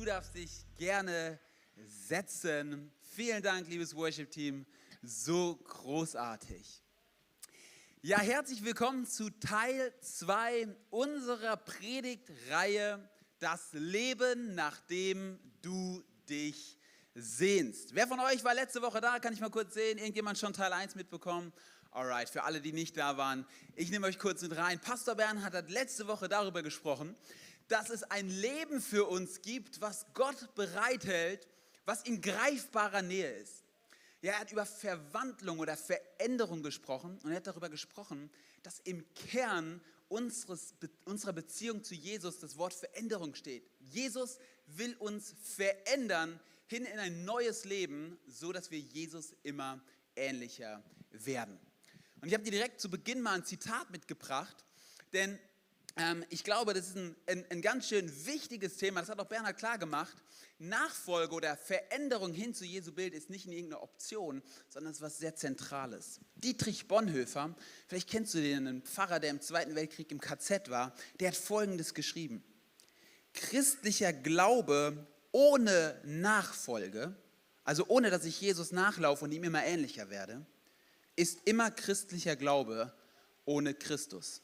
Du darfst dich gerne setzen. Vielen Dank, liebes Worship-Team. So großartig. Ja, herzlich willkommen zu Teil 2 unserer Predigtreihe Das Leben, nachdem du dich sehnst. Wer von euch war letzte Woche da? Kann ich mal kurz sehen? Irgendjemand schon Teil 1 mitbekommen? Alright, für alle, die nicht da waren, ich nehme euch kurz mit rein. Pastor Bernhard hat letzte Woche darüber gesprochen, dass es ein Leben für uns gibt, was Gott bereithält, was in greifbarer Nähe ist. Ja, er hat über Verwandlung oder Veränderung gesprochen und er hat darüber gesprochen, dass im Kern unserer Beziehung zu Jesus das Wort Veränderung steht. Jesus will uns verändern hin in ein neues Leben, so dass wir Jesus immer ähnlicher werden. Und ich habe dir direkt zu Beginn mal ein Zitat mitgebracht, denn ich glaube, das ist ein ganz schön wichtiges Thema, das hat auch Bernhard klar gemacht. Nachfolge oder Veränderung hin zu Jesu Bild ist nicht irgendeine Option, sondern es ist was sehr Zentrales. Dietrich Bonhoeffer, vielleicht kennst du den, einen Pfarrer, der im Zweiten Weltkrieg im KZ war, der hat Folgendes geschrieben: Christlicher Glaube ohne Nachfolge, also ohne dass ich Jesus nachlaufe und ihm immer ähnlicher werde, ist immer christlicher Glaube ohne Christus.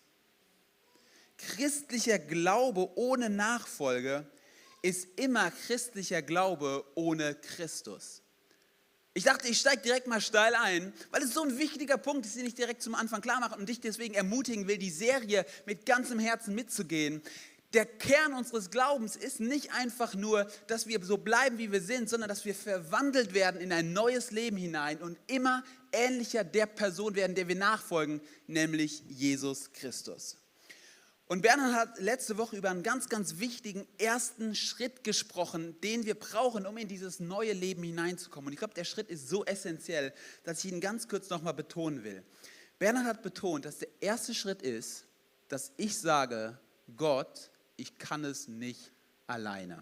Christlicher Glaube ohne Nachfolge ist immer christlicher Glaube ohne Christus. Ich dachte, ich steige direkt mal steil ein, weil es so ein wichtiger Punkt ist, den ich direkt zum Anfang klar mache und dich deswegen ermutigen will, die Serie mit ganzem Herzen mitzugehen. Der Kern unseres Glaubens ist nicht einfach nur, dass wir so bleiben, wie wir sind, sondern dass wir verwandelt werden in ein neues Leben hinein und immer ähnlicher der Person werden, der wir nachfolgen, nämlich Jesus Christus. Und Bernhard hat letzte Woche über einen ganz, ganz wichtigen ersten Schritt gesprochen, den wir brauchen, um in dieses neue Leben hineinzukommen. Und ich glaube, der Schritt ist so essentiell, dass ich ihn ganz kurz nochmal betonen will. Bernhard hat betont, dass der erste Schritt ist, dass ich sage, Gott, ich kann es nicht alleine.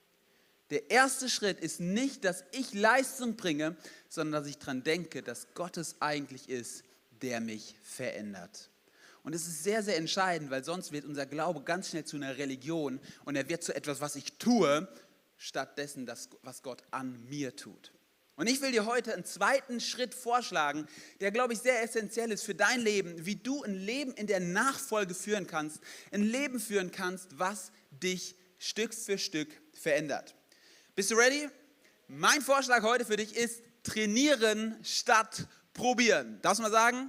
Der erste Schritt ist nicht, dass ich Leistung bringe, sondern dass ich daran denke, dass Gott es eigentlich ist, der mich verändert. Und es ist sehr, sehr entscheidend, weil sonst wird unser Glaube ganz schnell zu einer Religion und er wird zu etwas, was ich tue, stattdessen das, was Gott an mir tut. Und ich will dir heute einen zweiten Schritt vorschlagen, der, glaube ich, sehr essentiell ist für dein Leben, wie du ein Leben in der Nachfolge führen kannst, ein Leben führen kannst, was dich Stück für Stück verändert. Bist du ready? Mein Vorschlag heute für dich ist trainieren statt probieren. Darfst du mal sagen?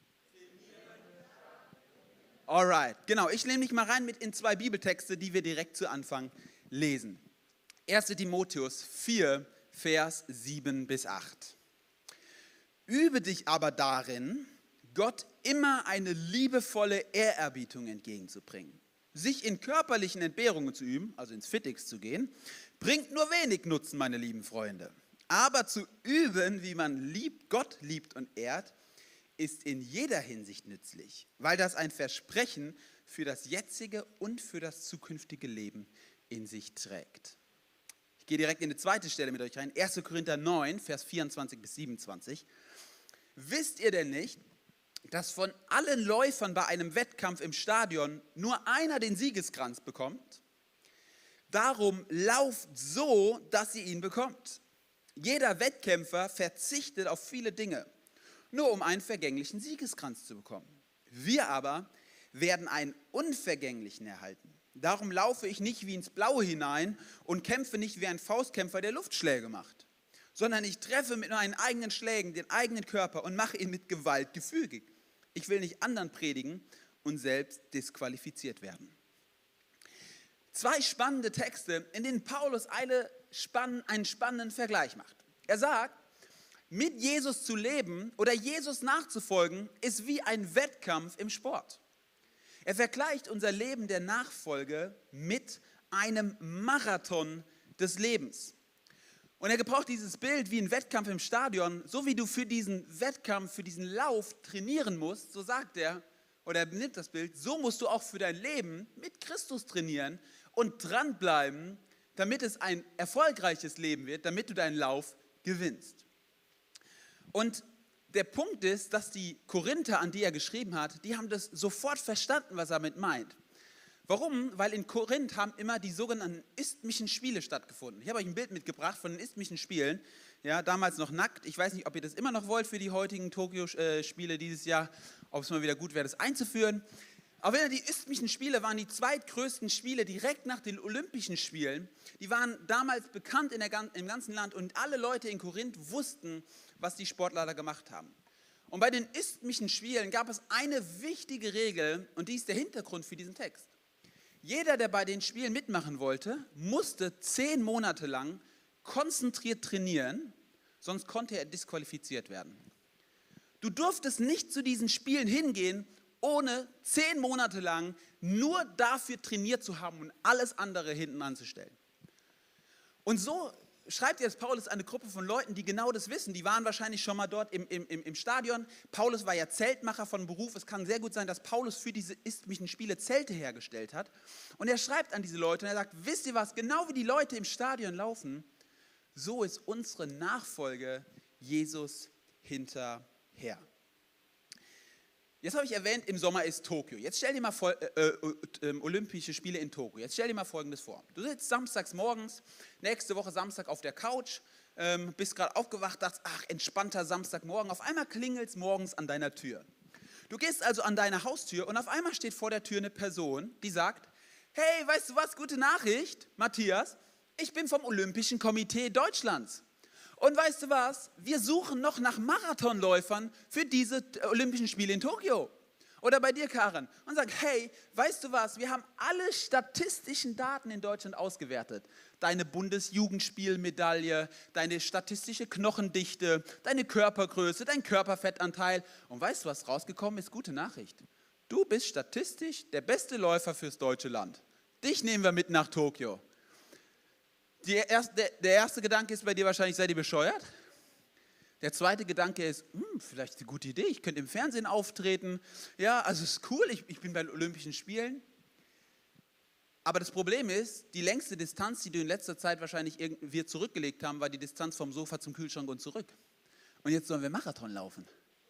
Alright, genau. Ich nehme dich mal rein mit in 2 Bibeltexte, die wir direkt zu Anfang lesen. 1. Timotheus 4, Vers 7 bis 8. Übe dich aber darin, Gott immer eine liebevolle Ehrerbietung entgegenzubringen. Sich in körperlichen Entbehrungen zu üben, also ins Fittigs zu gehen, bringt nur wenig Nutzen, meine lieben Freunde. Aber zu üben, wie man Gott liebt und ehrt, ist in jeder Hinsicht nützlich, weil das ein Versprechen für das jetzige und für das zukünftige Leben in sich trägt. Ich gehe direkt in die zweite Stelle mit euch rein, 1. Korinther 9, Vers 24 bis 27. Wisst ihr denn nicht, dass von allen Läufern bei einem Wettkampf im Stadion nur einer den Siegeskranz bekommt? Darum lauft so, dass ihr ihn bekommt. Jeder Wettkämpfer verzichtet auf viele Dinge, nur um einen vergänglichen Siegeskranz zu bekommen. Wir aber werden einen unvergänglichen erhalten. Darum laufe ich nicht wie ins Blaue hinein und kämpfe nicht wie ein Faustkämpfer, der Luftschläge macht, sondern ich treffe mit meinen eigenen Schlägen den eigenen Körper und mache ihn mit Gewalt gefügig. Ich will nicht anderen predigen und selbst disqualifiziert werden. 2 spannende Texte, in denen Paulus einen spannenden Vergleich macht. Er sagt, mit Jesus zu leben oder Jesus nachzufolgen, ist wie ein Wettkampf im Sport. Er vergleicht unser Leben der Nachfolge mit einem Marathon des Lebens. Und er gebraucht dieses Bild wie ein Wettkampf im Stadion, so wie du für diesen Wettkampf, für diesen Lauf trainieren musst, so sagt er, oder er nimmt das Bild, so musst du auch für dein Leben mit Christus trainieren und dranbleiben, damit es ein erfolgreiches Leben wird, damit du deinen Lauf gewinnst. Und der Punkt ist, dass die Korinther, an die er geschrieben hat, die haben das sofort verstanden, was er damit meint. Warum? Weil in Korinth haben immer die sogenannten isthmischen Spiele stattgefunden. Ich habe euch ein Bild mitgebracht von den isthmischen Spielen. Ja, damals noch nackt. Ich weiß nicht, ob ihr das immer noch wollt für die heutigen Tokio-Spiele dieses Jahr, ob es mal wieder gut wäre, das einzuführen. Aber die isthmischen Spiele waren die zweitgrößten Spiele direkt nach den Olympischen Spielen. Die waren damals bekannt im ganzen Land und alle Leute in Korinth wussten, was die Sportler da gemacht haben. Und bei den isthmischen Spielen gab es eine wichtige Regel und die ist der Hintergrund für diesen Text. Jeder, der bei den Spielen mitmachen wollte, musste 10 Monate lang konzentriert trainieren, sonst konnte er disqualifiziert werden. Du durftest nicht zu diesen Spielen hingehen, ohne 10 Monate lang nur dafür trainiert zu haben und alles andere hinten anzustellen. Und so schreibt jetzt Paulus eine Gruppe von Leuten, die genau das wissen. Die waren wahrscheinlich schon mal dort im Stadion. Paulus war ja Zeltmacher von Beruf. Es kann sehr gut sein, dass Paulus für diese isthmischen Spiele Zelte hergestellt hat. Und er schreibt an diese Leute und er sagt, wisst ihr was, genau wie die Leute im Stadion laufen, so ist unsere Nachfolge Jesus hinterher. Jetzt habe ich erwähnt, im Sommer ist Tokio. Jetzt stell dir mal Olympische Spiele in Tokio. Jetzt stell dir mal Folgendes vor. Du sitzt samstags morgens, nächste Woche Samstag auf der Couch, bist gerade aufgewacht, dachtest, ach, entspannter Samstagmorgen. Auf einmal klingelt es morgens an deiner Tür. Du gehst also an deine Haustür und auf einmal steht vor der Tür eine Person, die sagt, hey, weißt du was, gute Nachricht, Matthias, ich bin vom Olympischen Komitee Deutschlands. Und weißt du was? Wir suchen noch nach Marathonläufern für diese Olympischen Spiele in Tokio. Oder bei dir, Karen. Und sagt, hey, weißt du was? Wir haben alle statistischen Daten in Deutschland ausgewertet. Deine Bundesjugendspielmedaille, deine statistische Knochendichte, deine Körpergröße, dein Körperfettanteil. Und weißt du, was rausgekommen ist? Gute Nachricht. Du bist statistisch der beste Läufer fürs deutsche Land. Dich nehmen wir mit nach Tokio. Der erste Gedanke ist bei dir wahrscheinlich, seid ihr bescheuert? Der zweite Gedanke ist, vielleicht eine gute Idee, ich könnte im Fernsehen auftreten. Ja, also ist cool, ich bin bei den Olympischen Spielen. Aber das Problem ist, die längste Distanz, die du in letzter Zeit wahrscheinlich wir zurückgelegt haben, war die Distanz vom Sofa zum Kühlschrank und zurück. Und jetzt sollen wir Marathon laufen.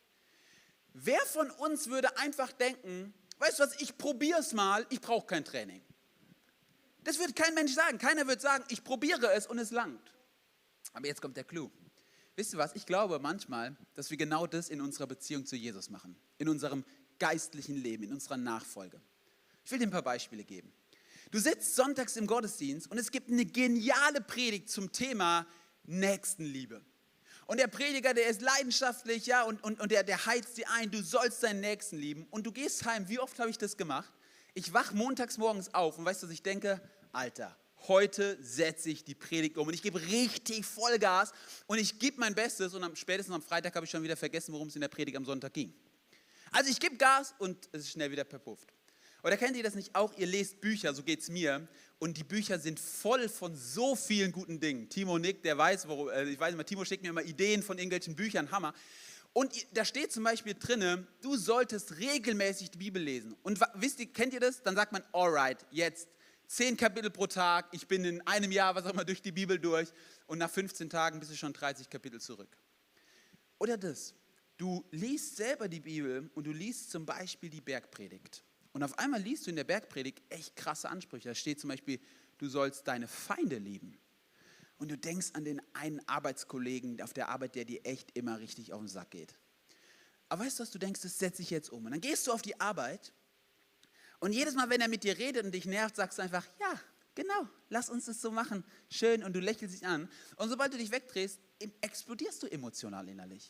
Wer von uns würde einfach denken, weißt du was, ich probiere es mal, ich brauche kein Training. Das wird kein Mensch sagen. Keiner wird sagen, ich probiere es und es langt. Aber jetzt kommt der Clou. Wisst ihr was? Ich glaube manchmal, dass wir genau das in unserer Beziehung zu Jesus machen. In unserem geistlichen Leben, in unserer Nachfolge. Ich will dir ein paar Beispiele geben. Du sitzt sonntags im Gottesdienst und es gibt eine geniale Predigt zum Thema Nächstenliebe. Und der Prediger, der ist leidenschaftlich, ja, und der heizt dir ein, du sollst deinen Nächsten lieben. Und du gehst heim. Wie oft habe ich das gemacht? Ich wache montags morgens auf und weißt du, was ich denke? Alter, heute setze ich die Predigt um und ich gebe richtig Vollgas und ich gebe mein Bestes und spätestens am Freitag habe ich schon wieder vergessen, worum es in der Predigt am Sonntag ging. Also ich gebe Gas und es ist schnell wieder verpufft. Oder kennt ihr das nicht auch? Ihr lest Bücher, so geht es mir, und die Bücher sind voll von so vielen guten Dingen. Timo nickt, der weiß, ich weiß nicht, Timo schickt mir immer Ideen von irgendwelchen Büchern, Hammer. Und da steht zum Beispiel drin, du solltest regelmäßig die Bibel lesen. Und wisst ihr, kennt ihr das? Dann sagt man, alright, jetzt 10 Kapitel pro Tag, ich bin in einem Jahr, was auch immer, durch die Bibel durch und nach 15 Tagen bist du schon 30 Kapitel zurück. Oder das, du liest selber die Bibel und du liest zum Beispiel die Bergpredigt. Und auf einmal liest du in der Bergpredigt echt krasse Ansprüche. Da steht zum Beispiel, du sollst deine Feinde lieben. Und du denkst an den einen Arbeitskollegen auf der Arbeit, der dir echt immer richtig auf den Sack geht. Aber weißt du was, du denkst, das setze ich jetzt um. Und dann gehst du auf die Arbeit und jedes Mal, wenn er mit dir redet und dich nervt, sagst du einfach, ja, genau, lass uns das so machen. Schön, und du lächelst dich an. Und sobald du dich wegdrehst, explodierst du emotional innerlich.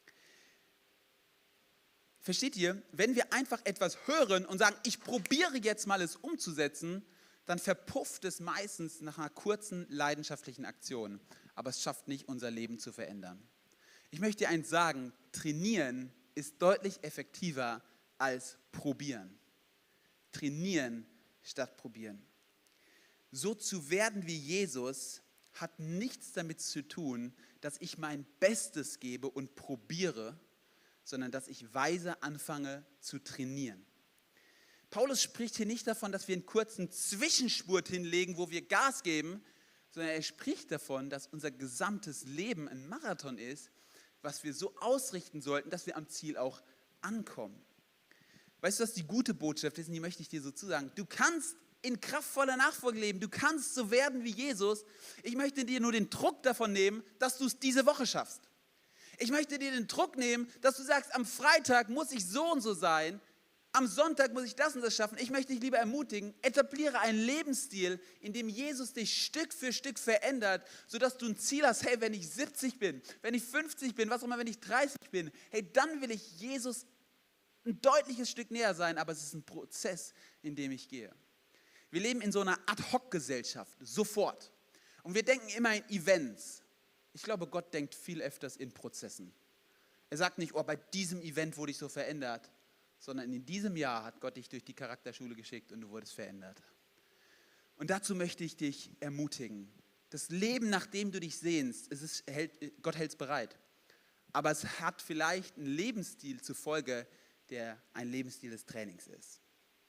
Versteht ihr? Wenn wir einfach etwas hören und sagen, ich probiere jetzt mal es umzusetzen, dann verpufft es meistens nach einer kurzen leidenschaftlichen Aktion. Aber es schafft nicht, unser Leben zu verändern. Ich möchte dir eins sagen, trainieren ist deutlich effektiver als probieren. Trainieren statt probieren. So zu werden wie Jesus hat nichts damit zu tun, dass ich mein Bestes gebe und probiere, sondern dass ich weise anfange zu trainieren. Paulus spricht hier nicht davon, dass wir einen kurzen Zwischenspurt hinlegen, wo wir Gas geben, sondern er spricht davon, dass unser gesamtes Leben ein Marathon ist, was wir so ausrichten sollten, dass wir am Ziel auch ankommen. Weißt du, was die gute Botschaft ist? Und die möchte ich dir so zusagen. Du kannst in kraftvoller Nachfolge leben. Du kannst so werden wie Jesus. Ich möchte dir nur den Druck davon nehmen, dass du es diese Woche schaffst. Ich möchte dir den Druck nehmen, dass du sagst, am Freitag muss ich so und so sein, am Sonntag muss ich das und das schaffen. Ich möchte dich lieber ermutigen, etabliere einen Lebensstil, in dem Jesus dich Stück für Stück verändert, sodass du ein Ziel hast, hey, wenn ich 70 bin, wenn ich 50 bin, was auch immer, wenn ich 30 bin, hey, dann will ich Jesus ein deutliches Stück näher sein, aber es ist ein Prozess, in dem ich gehe. Wir leben in so einer Ad-Hoc-Gesellschaft, sofort. Und wir denken immer in Events. Ich glaube, Gott denkt viel öfters in Prozessen. Er sagt nicht, oh, bei diesem Event wurde ich so verändert, sondern in diesem Jahr hat Gott dich durch die Charakterschule geschickt und du wurdest verändert. Und dazu möchte ich dich ermutigen. Das Leben, nach dem du dich sehnst, Gott hält es bereit. Aber es hat vielleicht einen Lebensstil zur Folge, der ein Lebensstil des Trainings ist.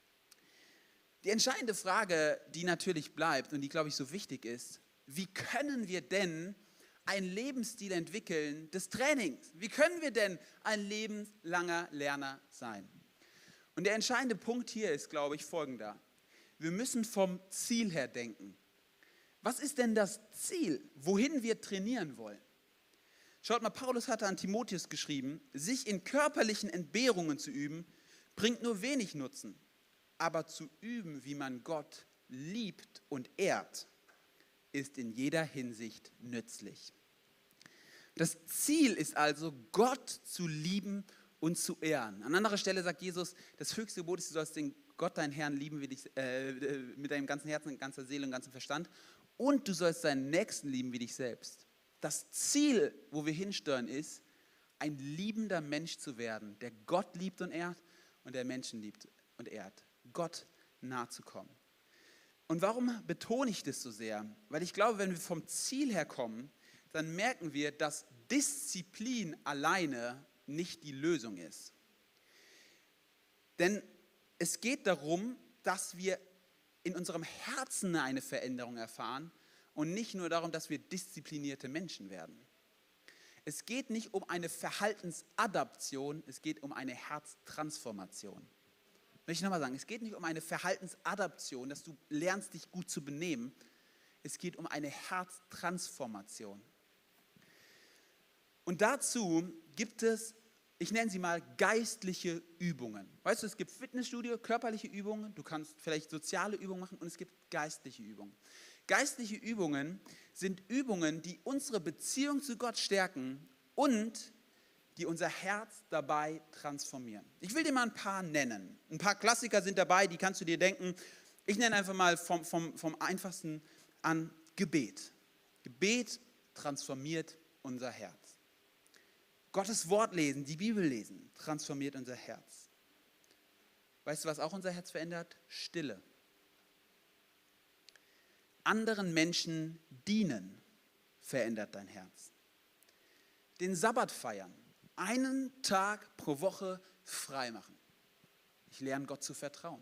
Die entscheidende Frage, die natürlich bleibt und die, glaube ich, so wichtig ist, wie können wir denn einen Lebensstil entwickeln des Trainings? Wie können wir denn ein lebenslanger Lerner sein? Und der entscheidende Punkt hier ist, glaube ich, folgender. Wir müssen vom Ziel her denken. Was ist denn das Ziel, wohin wir trainieren wollen? Schaut mal, Paulus hatte an Timotheus geschrieben, sich in körperlichen Entbehrungen zu üben, bringt nur wenig Nutzen. Aber zu üben, wie man Gott liebt und ehrt, ist in jeder Hinsicht nützlich. Das Ziel ist also, Gott zu lieben und zu ehren. An anderer Stelle sagt Jesus, das höchste Gebot ist, du sollst den Gott, deinen Herrn, lieben mit deinem ganzen Herzen, ganzer Seele und ganzem Verstand. Und du sollst deinen Nächsten lieben wie dich selbst. Das Ziel, wo wir hinsteuern, ist, ein liebender Mensch zu werden, der Gott liebt und ehrt und der Menschen liebt und ehrt. Gott nahe zu kommen. Und warum betone ich das so sehr? Weil ich glaube, wenn wir vom Ziel her kommen, dann merken wir, dass Disziplin alleine nicht die Lösung ist. Denn es geht darum, dass wir in unserem Herzen eine Veränderung erfahren und nicht nur darum, dass wir disziplinierte Menschen werden. Es geht nicht um eine Verhaltensadaption, es geht um eine Herztransformation. Möchte ich nochmal sagen, es geht nicht um eine Verhaltensadaption, dass du lernst, dich gut zu benehmen. Es geht um eine Herztransformation. Und dazu gibt es, ich nenne sie mal geistliche Übungen. Weißt du, es gibt Fitnessstudio, körperliche Übungen, du kannst vielleicht soziale Übungen machen und es gibt geistliche Übungen. Geistliche Übungen sind Übungen, die unsere Beziehung zu Gott stärken und die unser Herz dabei transformieren. Ich will dir mal ein paar nennen. Ein paar Klassiker sind dabei, die kannst du dir denken. Ich nenne einfach mal vom einfachsten an Gebet. Gebet transformiert unser Herz. Gottes Wort lesen, die Bibel lesen, transformiert unser Herz. Weißt du, was auch unser Herz verändert? Stille. Anderen Menschen dienen verändert dein Herz. Den Sabbat feiern. Einen Tag pro Woche frei machen. Ich lerne Gott zu vertrauen.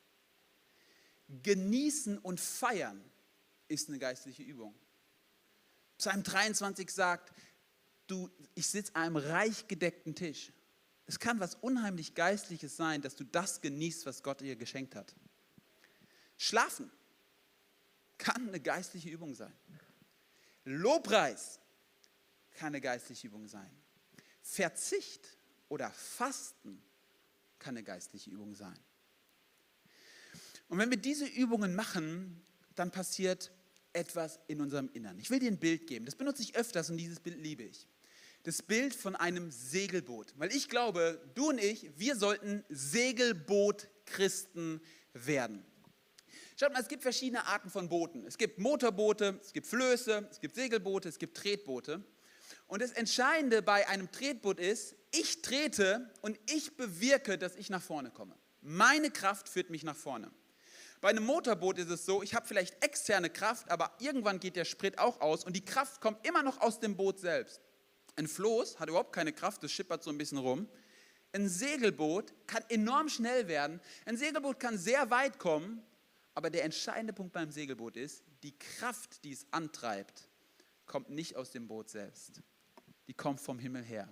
Genießen und feiern ist eine geistliche Übung. Psalm 23 sagt, ich sitze an einem reich gedeckten Tisch. Es kann was unheimlich Geistliches sein, dass du das genießt, was Gott dir geschenkt hat. Schlafen kann eine geistliche Übung sein. Lobpreis kann eine geistliche Übung sein. Verzicht oder Fasten kann eine geistliche Übung sein. Und wenn wir diese Übungen machen, dann passiert etwas in unserem Innern. Ich will dir ein Bild geben, das benutze ich öfters und dieses Bild liebe ich. Das Bild von einem Segelboot. Weil ich glaube, du und ich, wir sollten Segelboot-Christen werden. Schaut mal, es gibt verschiedene Arten von Booten. Es gibt Motorboote, es gibt Flöße, es gibt Segelboote, es gibt Tretboote. Und das Entscheidende bei einem Tretboot ist, ich trete und ich bewirke, dass ich nach vorne komme. Meine Kraft führt mich nach vorne. Bei einem Motorboot ist es so, ich habe vielleicht externe Kraft, aber irgendwann geht der Sprit auch aus und die Kraft kommt immer noch aus dem Boot selbst. Ein Floß hat überhaupt keine Kraft, das schippert so ein bisschen rum. Ein Segelboot kann enorm schnell werden. Ein Segelboot kann sehr weit kommen, aber der entscheidende Punkt beim Segelboot ist, die Kraft, die es antreibt, kommt nicht aus dem Boot selbst. Die kommt vom Himmel her.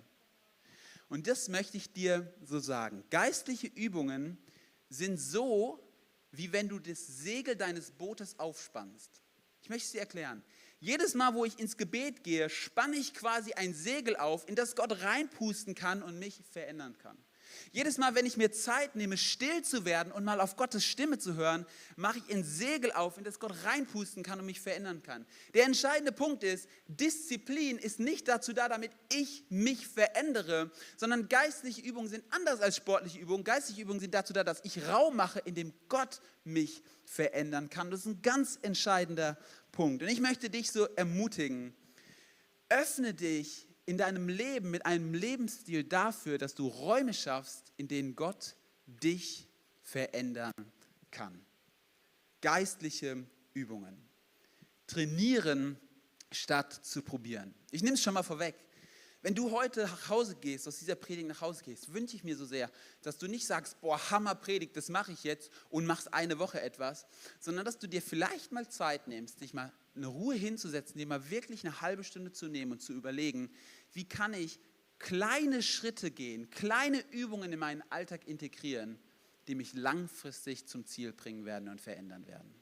Und das möchte ich dir so sagen. Geistliche Übungen sind so, wie wenn du das Segel deines Bootes aufspannst. Ich möchte es dir erklären. Jedes Mal, wo ich ins Gebet gehe, spanne ich quasi ein Segel auf, in das Gott reinpusten kann und mich verändern kann. Jedes Mal, wenn ich mir Zeit nehme, still zu werden und mal auf Gottes Stimme zu hören, mache ich ein Segel auf, in das Gott reinpusten kann und mich verändern kann. Der entscheidende Punkt ist, Disziplin ist nicht dazu da, damit ich mich verändere, sondern geistliche Übungen sind anders als sportliche Übungen. Geistliche Übungen sind dazu da, dass ich Raum mache, in dem Gott mich verändern kann. Das ist ein ganz entscheidender Punkt. Und ich möchte dich so ermutigen, öffne dich in deinem Leben mit einem Lebensstil dafür, dass du Räume schaffst, in denen Gott dich verändern kann. Geistliche Übungen. Trainieren statt zu probieren. Ich nehme es schon mal vorweg. Wenn du heute nach Hause gehst, aus dieser Predigt nach Hause gehst, wünsche ich mir so sehr, dass du nicht sagst, boah, Hammerpredigt, das mache ich jetzt und machst eine Woche etwas, sondern dass du dir vielleicht mal Zeit nimmst, dich mal eine Ruhe hinzusetzen, dir mal wirklich eine halbe Stunde zu nehmen und zu überlegen, wie kann ich kleine Schritte gehen, kleine Übungen in meinen Alltag integrieren, die mich langfristig zum Ziel bringen werden und verändern werden.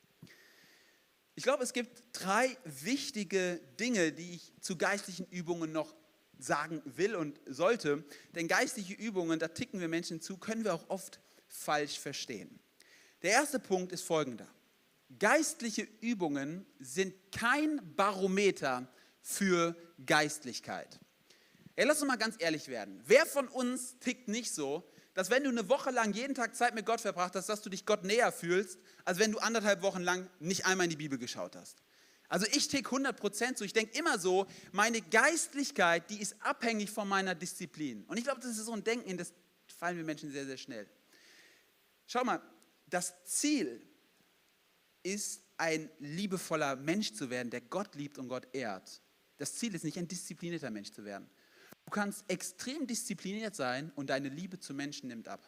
Ich glaube, es gibt 3 wichtige Dinge, die ich zu geistlichen Übungen noch sagen will und sollte. Denn geistliche Übungen, da ticken wir Menschen zu, können wir auch oft falsch verstehen. Der erste Punkt ist folgender. Geistliche Übungen sind kein Barometer für Geistlichkeit. Ey, lass uns mal ganz ehrlich werden. Wer von uns tickt nicht so, dass wenn du eine Woche lang jeden Tag Zeit mit Gott verbracht hast, dass du dich Gott näher fühlst, als wenn du 1,5 Wochen lang nicht einmal in die Bibel geschaut hast? Also ich tick 100% so. Ich denke immer so, meine Geistlichkeit, die ist abhängig von meiner Disziplin. Und ich glaube, das ist so ein Denken, in das fallen wir Menschen sehr, sehr schnell. Schau mal, das Ziel ist, ein liebevoller Mensch zu werden, der Gott liebt und Gott ehrt. Das Ziel ist nicht, ein disziplinierter Mensch zu werden. Du kannst extrem diszipliniert sein und deine Liebe zu Menschen nimmt ab.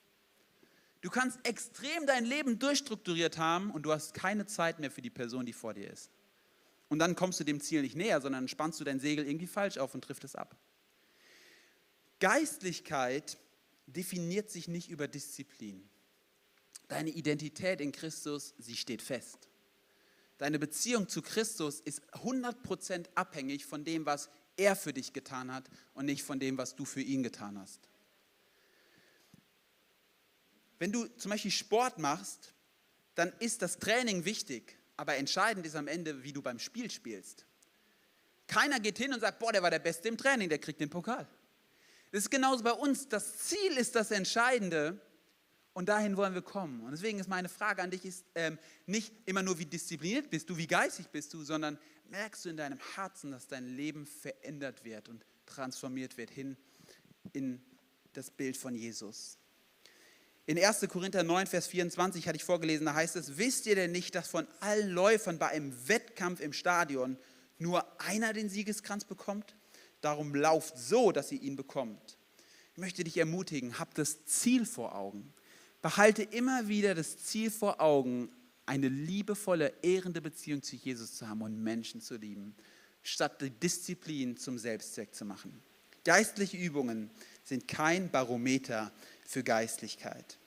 Du kannst extrem dein Leben durchstrukturiert haben und du hast keine Zeit mehr für die Person, die vor dir ist. Und dann kommst du dem Ziel nicht näher, sondern spannst du dein Segel irgendwie falsch auf und trifft es ab. Geistlichkeit definiert sich nicht über Disziplin. Deine Identität in Christus, sie steht fest. Deine Beziehung zu Christus ist 100% abhängig von dem, was er für dich getan hat und nicht von dem, was du für ihn getan hast. Wenn du zum Beispiel Sport machst, dann ist das Training wichtig, aber entscheidend ist am Ende, wie du beim Spiel spielst. Keiner geht hin und sagt, boah, der war der Beste im Training, der kriegt den Pokal. Das ist genauso bei uns. Das Ziel ist das Entscheidende und dahin wollen wir kommen. Und deswegen ist meine Frage an dich ist, nicht immer nur, wie diszipliniert bist du, wie geistig bist du, sondern merkst du in deinem Herzen, dass dein Leben verändert wird und transformiert wird hin in das Bild von Jesus. In 1. Korinther 9, Vers 24 hatte ich vorgelesen, da heißt es, wisst ihr denn nicht, dass von allen Läufern bei einem Wettkampf im Stadion nur einer den Siegeskranz bekommt? Darum lauft so, dass ihr ihn bekommt. Ich möchte dich ermutigen, hab das Ziel vor Augen. Behalte immer wieder das Ziel vor Augen, eine liebevolle, ehrende Beziehung zu Jesus zu haben und Menschen zu lieben, statt die Disziplin zum Selbstzweck zu machen. Geistliche Übungen sind kein Barometer für Geistlichkeit.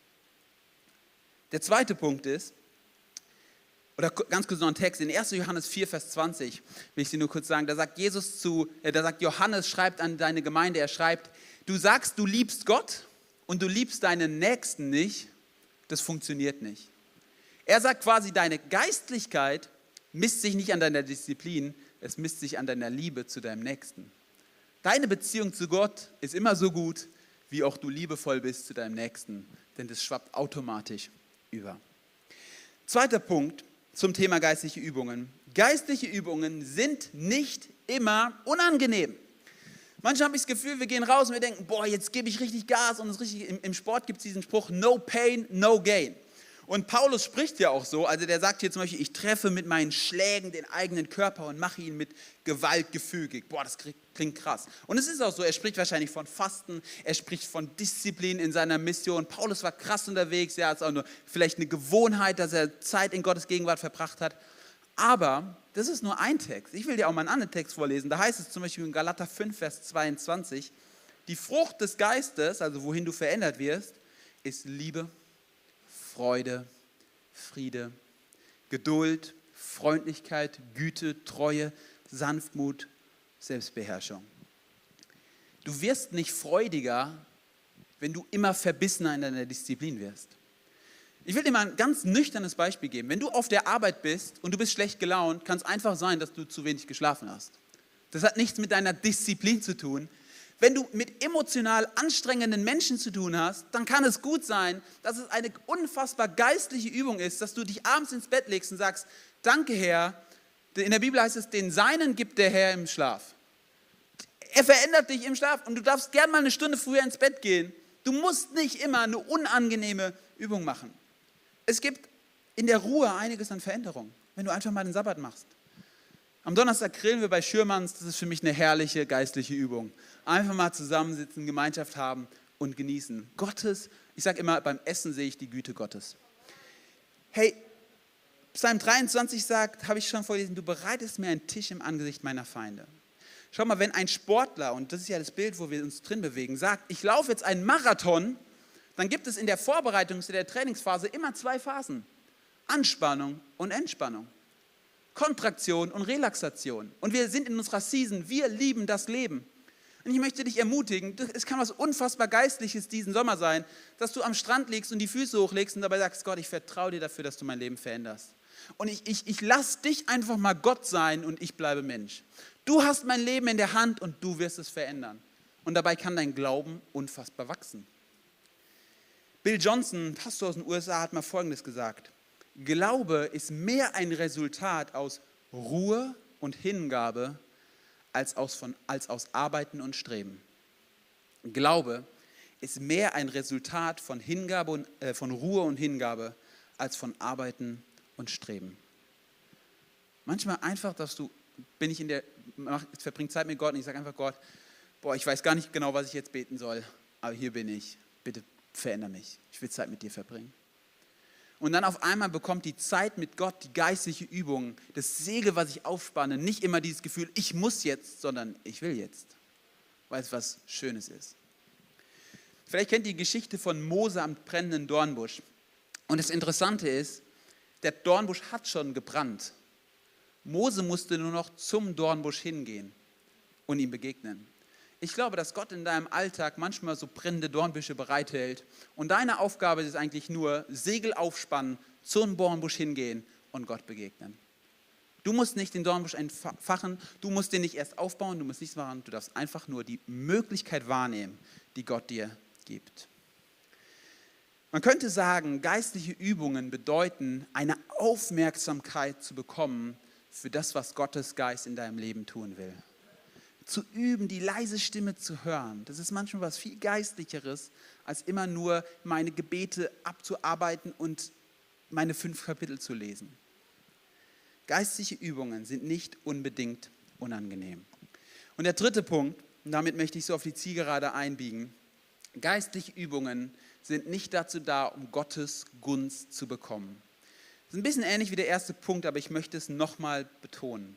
Der zweite Punkt ist, oder ganz kurz noch ein Text, in 1. Johannes 4, Vers 20, will ich dir nur kurz sagen, da sagt Johannes, schreibt an deine Gemeinde, er schreibt, du sagst, du liebst Gott und du liebst deinen Nächsten nicht, das funktioniert nicht. Er sagt quasi, deine Geistlichkeit misst sich nicht an deiner Disziplin, es misst sich an deiner Liebe zu deinem Nächsten. Deine Beziehung zu Gott ist immer so gut, wie auch du liebevoll bist zu deinem Nächsten, denn das schwappt automatisch über. Zweiter Punkt zum Thema geistliche Übungen. Geistliche Übungen sind nicht immer unangenehm. Manchmal habe ich das Gefühl, wir gehen raus und wir denken, boah, jetzt gebe ich richtig Gas und im Sport gibt es diesen Spruch, no pain, no gain. Und Paulus spricht ja auch so, also der sagt hier zum Beispiel, ich treffe mit meinen Schlägen den eigenen Körper und mache ihn mit Gewalt gefügig. Boah, das klingt krass. Und es ist auch so, er spricht wahrscheinlich von Fasten, er spricht von Disziplin in seiner Mission. Paulus war krass unterwegs, er hat auch nur vielleicht eine Gewohnheit, dass er Zeit in Gottes Gegenwart verbracht hat. Aber das ist nur ein Text. Ich will dir auch mal einen anderen Text vorlesen. Da heißt es zum Beispiel in Galater 5, Vers 22, die Frucht des Geistes, also wohin du verändert wirst, ist Liebe, Freude Friede, Geduld, Freundlichkeit, Güte, Treue, Sanftmut, Selbstbeherrschung. Du wirst nicht freudiger, wenn du immer verbissener in deiner Disziplin wirst. Ich will dir mal ein ganz nüchternes Beispiel geben. Wenn du auf der Arbeit bist und du bist schlecht gelaunt, kann es einfach sein, dass du zu wenig geschlafen hast. Das hat nichts mit deiner Disziplin zu tun. Wenn du mit emotional anstrengenden Menschen zu tun hast, dann kann es gut sein, dass es eine unfassbar geistliche Übung ist, dass du dich abends ins Bett legst und sagst, danke Herr, in der Bibel heißt es, den Seinen gibt der Herr im Schlaf. Er verändert dich im Schlaf und du darfst gern mal eine Stunde früher ins Bett gehen. Du musst nicht immer eine unangenehme Übung machen. Es gibt in der Ruhe einiges an Veränderung, wenn du einfach mal den Sabbat machst. Am Donnerstag grillen wir bei Schürmanns, das ist für mich eine herrliche geistliche Übung. Einfach mal zusammensitzen, Gemeinschaft haben und genießen. Ich sage immer, beim Essen sehe ich die Güte Gottes. Hey, Psalm 23 sagt, habe ich schon vorgelesen, du bereitest mir einen Tisch im Angesicht meiner Feinde. Schau mal, wenn ein Sportler, und das ist ja das Bild, wo wir uns drin bewegen, sagt, ich laufe jetzt einen Marathon, dann gibt es in der Vorbereitung, in der Trainingsphase immer 2 Phasen. Anspannung und Entspannung. Kontraktion und Relaxation. Und wir sind in unserer Season, wir lieben das Leben. Und ich möchte dich ermutigen, es kann was unfassbar Geistliches diesen Sommer sein, dass du am Strand liegst und die Füße hochlegst und dabei sagst, Gott, ich vertraue dir dafür, dass du mein Leben veränderst. Und ich lasse dich einfach mal Gott sein und ich bleibe Mensch. Du hast mein Leben in der Hand und du wirst es verändern. Und dabei kann dein Glauben unfassbar wachsen. Bill Johnson, Pastor aus den USA, hat mal Folgendes gesagt. Glaube ist mehr ein Resultat aus Ruhe und Hingabe als aus Arbeiten und Streben. Glaube ist mehr ein Resultat von Ruhe und Hingabe als von Arbeiten und Streben. Manchmal einfach, verbringe Zeit mit Gott und ich sage einfach Gott, ich weiß gar nicht genau, was ich jetzt beten soll, aber hier bin ich, bitte verändere mich, ich will Zeit mit dir verbringen. Und dann auf einmal bekommt die Zeit mit Gott, die geistliche Übung, das Segel, was ich aufspanne, nicht immer dieses Gefühl, ich muss jetzt, sondern ich will jetzt, weil es was Schönes ist. Vielleicht kennt ihr die Geschichte von Mose am brennenden Dornbusch. Und das Interessante ist, der Dornbusch hat schon gebrannt. Mose musste nur noch zum Dornbusch hingehen und ihm begegnen. Ich glaube, dass Gott in deinem Alltag manchmal so brennende Dornbüsche bereithält und deine Aufgabe ist eigentlich nur, Segel aufspannen, zum Dornbusch hingehen und Gott begegnen. Du musst nicht den Dornbusch entfachen, du musst den nicht erst aufbauen, du musst nichts machen, du darfst einfach nur die Möglichkeit wahrnehmen, die Gott dir gibt. Man könnte sagen, geistliche Übungen bedeuten, eine Aufmerksamkeit zu bekommen für das, was Gottes Geist in deinem Leben tun will. Zu üben, die leise Stimme zu hören. Das ist manchmal was viel Geistlicheres, als immer nur meine Gebete abzuarbeiten und meine 5 Kapitel zu lesen. Geistliche Übungen sind nicht unbedingt unangenehm. Und der 3. Punkt, und damit möchte ich so auf die Zielgerade einbiegen, geistliche Übungen sind nicht dazu da, um Gottes Gunst zu bekommen. Das ist ein bisschen ähnlich wie der 1. Punkt, aber ich möchte es nochmal betonen.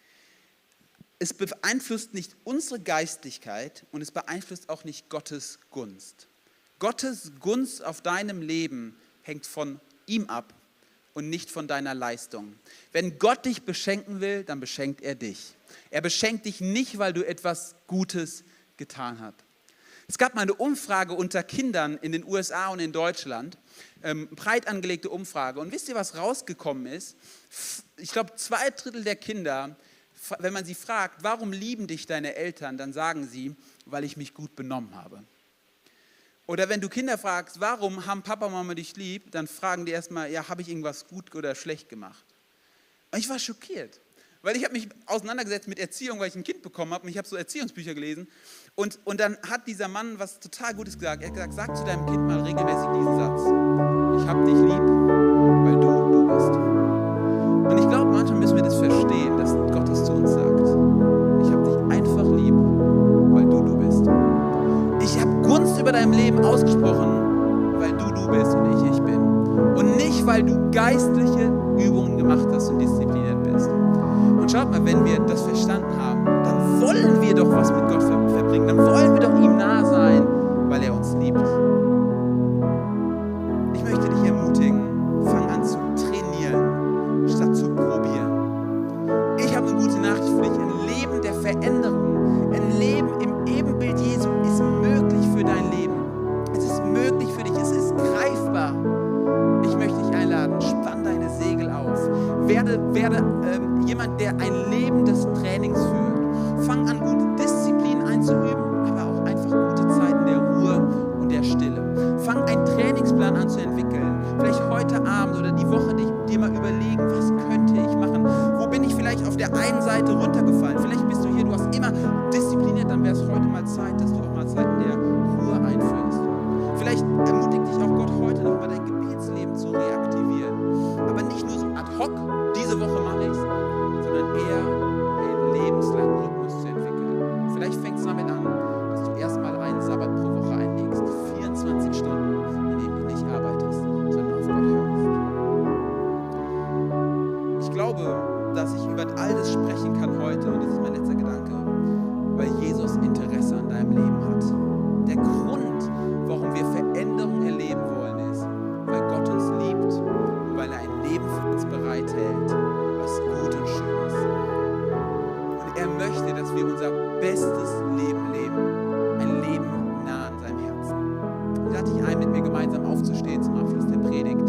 Es beeinflusst nicht unsere Geistlichkeit und es beeinflusst auch nicht Gottes Gunst. Gottes Gunst auf deinem Leben hängt von ihm ab und nicht von deiner Leistung. Wenn Gott dich beschenken will, dann beschenkt er dich. Er beschenkt dich nicht, weil du etwas Gutes getan hast. Es gab mal eine Umfrage unter Kindern in den USA und in Deutschland, breit angelegte Umfrage. Und wisst ihr, was rausgekommen ist? Ich glaube, 2/3 der Kinder, wenn man sie fragt, warum lieben dich deine Eltern, dann sagen sie, weil ich mich gut benommen habe. Oder wenn du Kinder fragst, warum haben Papa und Mama dich lieb, dann fragen die erstmal, ja, habe ich irgendwas gut oder schlecht gemacht? Und ich war schockiert, weil ich habe mich auseinandergesetzt mit Erziehung, weil ich ein Kind bekommen habe und ich habe so Erziehungsbücher gelesen. Und dann hat dieser Mann was total Gutes gesagt. Er hat gesagt, sag zu deinem Kind mal regelmäßig diesen Satz. Ich habe dich lieb, weil du bist. Und ich glaube, manchmal müssen wir das verstehen, dass Gott es zu uns sagt. Ich habe dich einfach lieb, weil du bist. Ich habe Gunst über deinem Leben ausgesprochen, weil du bist und ich bin. Und nicht, weil du geistliche Übungen gemacht hast und diszipliniert bist. Und schaut mal, wenn wir das verstanden haben, dann wollen wir doch was mit Gott verbringen. Dann wollen wir doch ihm nahe sein, weil er uns liebt. Ich möchte dich ermutigen, fang an zu habe eine gute Nachricht für dich. Ein Leben der Veränderung, ein Leben im Ebenbild Jesu ist möglich für dein Leben. Es ist möglich für dich, es ist greifbar. Ich möchte dich einladen, spann deine Segel auf. Werde jemand, der ein Leben des Trainings führt. Fang an, gute Disziplin einzuüben, aber auch einfach gute Zeiten der Ruhe und der Stille. Fang einen Trainingsplan an zu entwickeln. Vielleicht heute Abend oder die Woche dir mal überlegen, was könnte ich machen? Wo bin ich vielleicht auf der einen Seite runtergefallen? Vielleicht bist du hier, du hast immer diszipliniert, dann wäre es heute mal Zeit, dass du auch mal Zeiten der Ruhe einführst. Vielleicht ermutigt dich auch Gott heute noch mal dein Gebetsleben zu reaktivieren. Aber nicht nur so ad hoc, diese Woche mache ich es, sondern eher einen lebenslangen Rhythmus zu entwickeln. Vielleicht fängst du damit an, dass du erstmal einen Sabbat pro Woche einlegst, 24 Stunden, in denen du nicht arbeitest, sondern auf Gott hörst. Ich glaube, dass ich über all das sprechen kann heute, und das ist mein letzter Gedanke, weil Jesus Interesse an deinem Leben hat. Der Grund, warum wir Veränderung erleben wollen, ist, weil Gott uns liebt und weil er ein Leben für uns bereithält, was gut und schön ist. Und er möchte, dass wir unser bestes Leben leben, ein Leben nah an seinem Herzen. Ich lade dich ein, mit mir gemeinsam aufzustehen zum Abschluss der Predigt.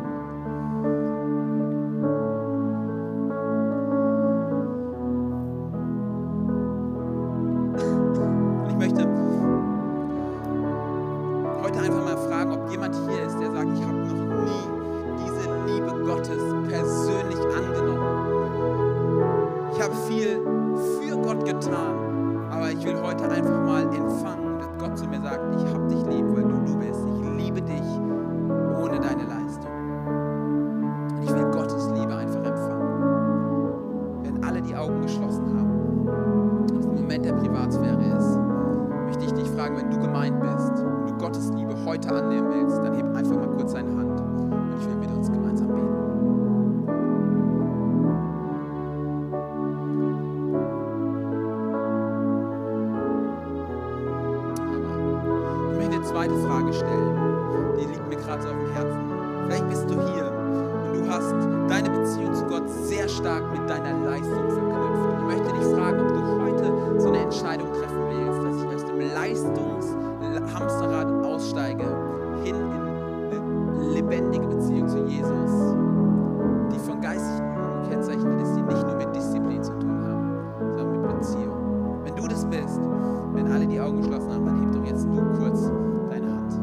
Zweite Frage stellen, die liegt mir gerade so auf dem Herzen. Vielleicht bist du hier und du hast deine Beziehung zu Gott sehr stark mit deiner Leistung verknüpft. Ich möchte dich fragen, ob du heute so eine Entscheidung treffen willst, dass ich aus dem Leistungshamsterrad aussteige, hin in eine lebendige Beziehung zu Jesus, die von geistigen gekennzeichnet ist, die nicht nur mit Disziplin zu tun haben, sondern mit Beziehung. Wenn du das bist, wenn alle die Augen geschlossen haben, dann heb doch jetzt du kurz deine Hand.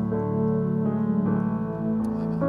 Hammer.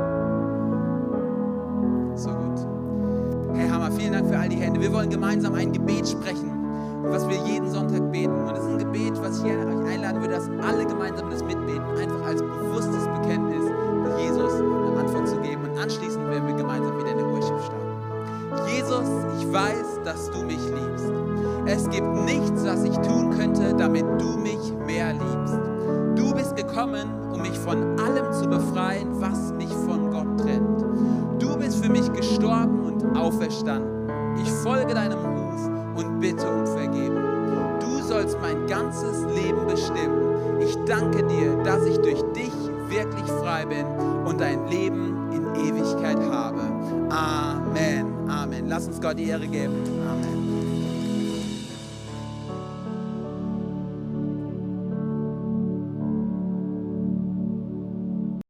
So gut. Hey, Hammer, vielen Dank für all die Hände. Wir wollen gemeinsam ein Gebet sprechen, was wir jeden Sonntag beten. Und das ist ein Gebet, was ich euch einladen würde, dass alle gemeinsam das mitbeten, einfach als bewusstes Bekenntnis Jesus am Anfang zu geben. Und anschließend werden wir gemeinsam wieder in der Worship starten. Jesus, ich weiß, dass du mich liebst. Es gibt nichts, was ich tun könnte, damit du mich mehr liebst. Du bist gekommen, um mich von allem zu befreien, was mich von Gott trennt. Du bist für mich gestorben und auferstanden. Ich folge deinem Ruf und bitte um Vergebung. Du sollst mein ganzes Leben bestimmen. Ich danke dir, dass ich durch dich wirklich frei bin und ein Leben in Ewigkeit habe. Amen. Amen. Lass uns Gott die Ehre geben. Amen.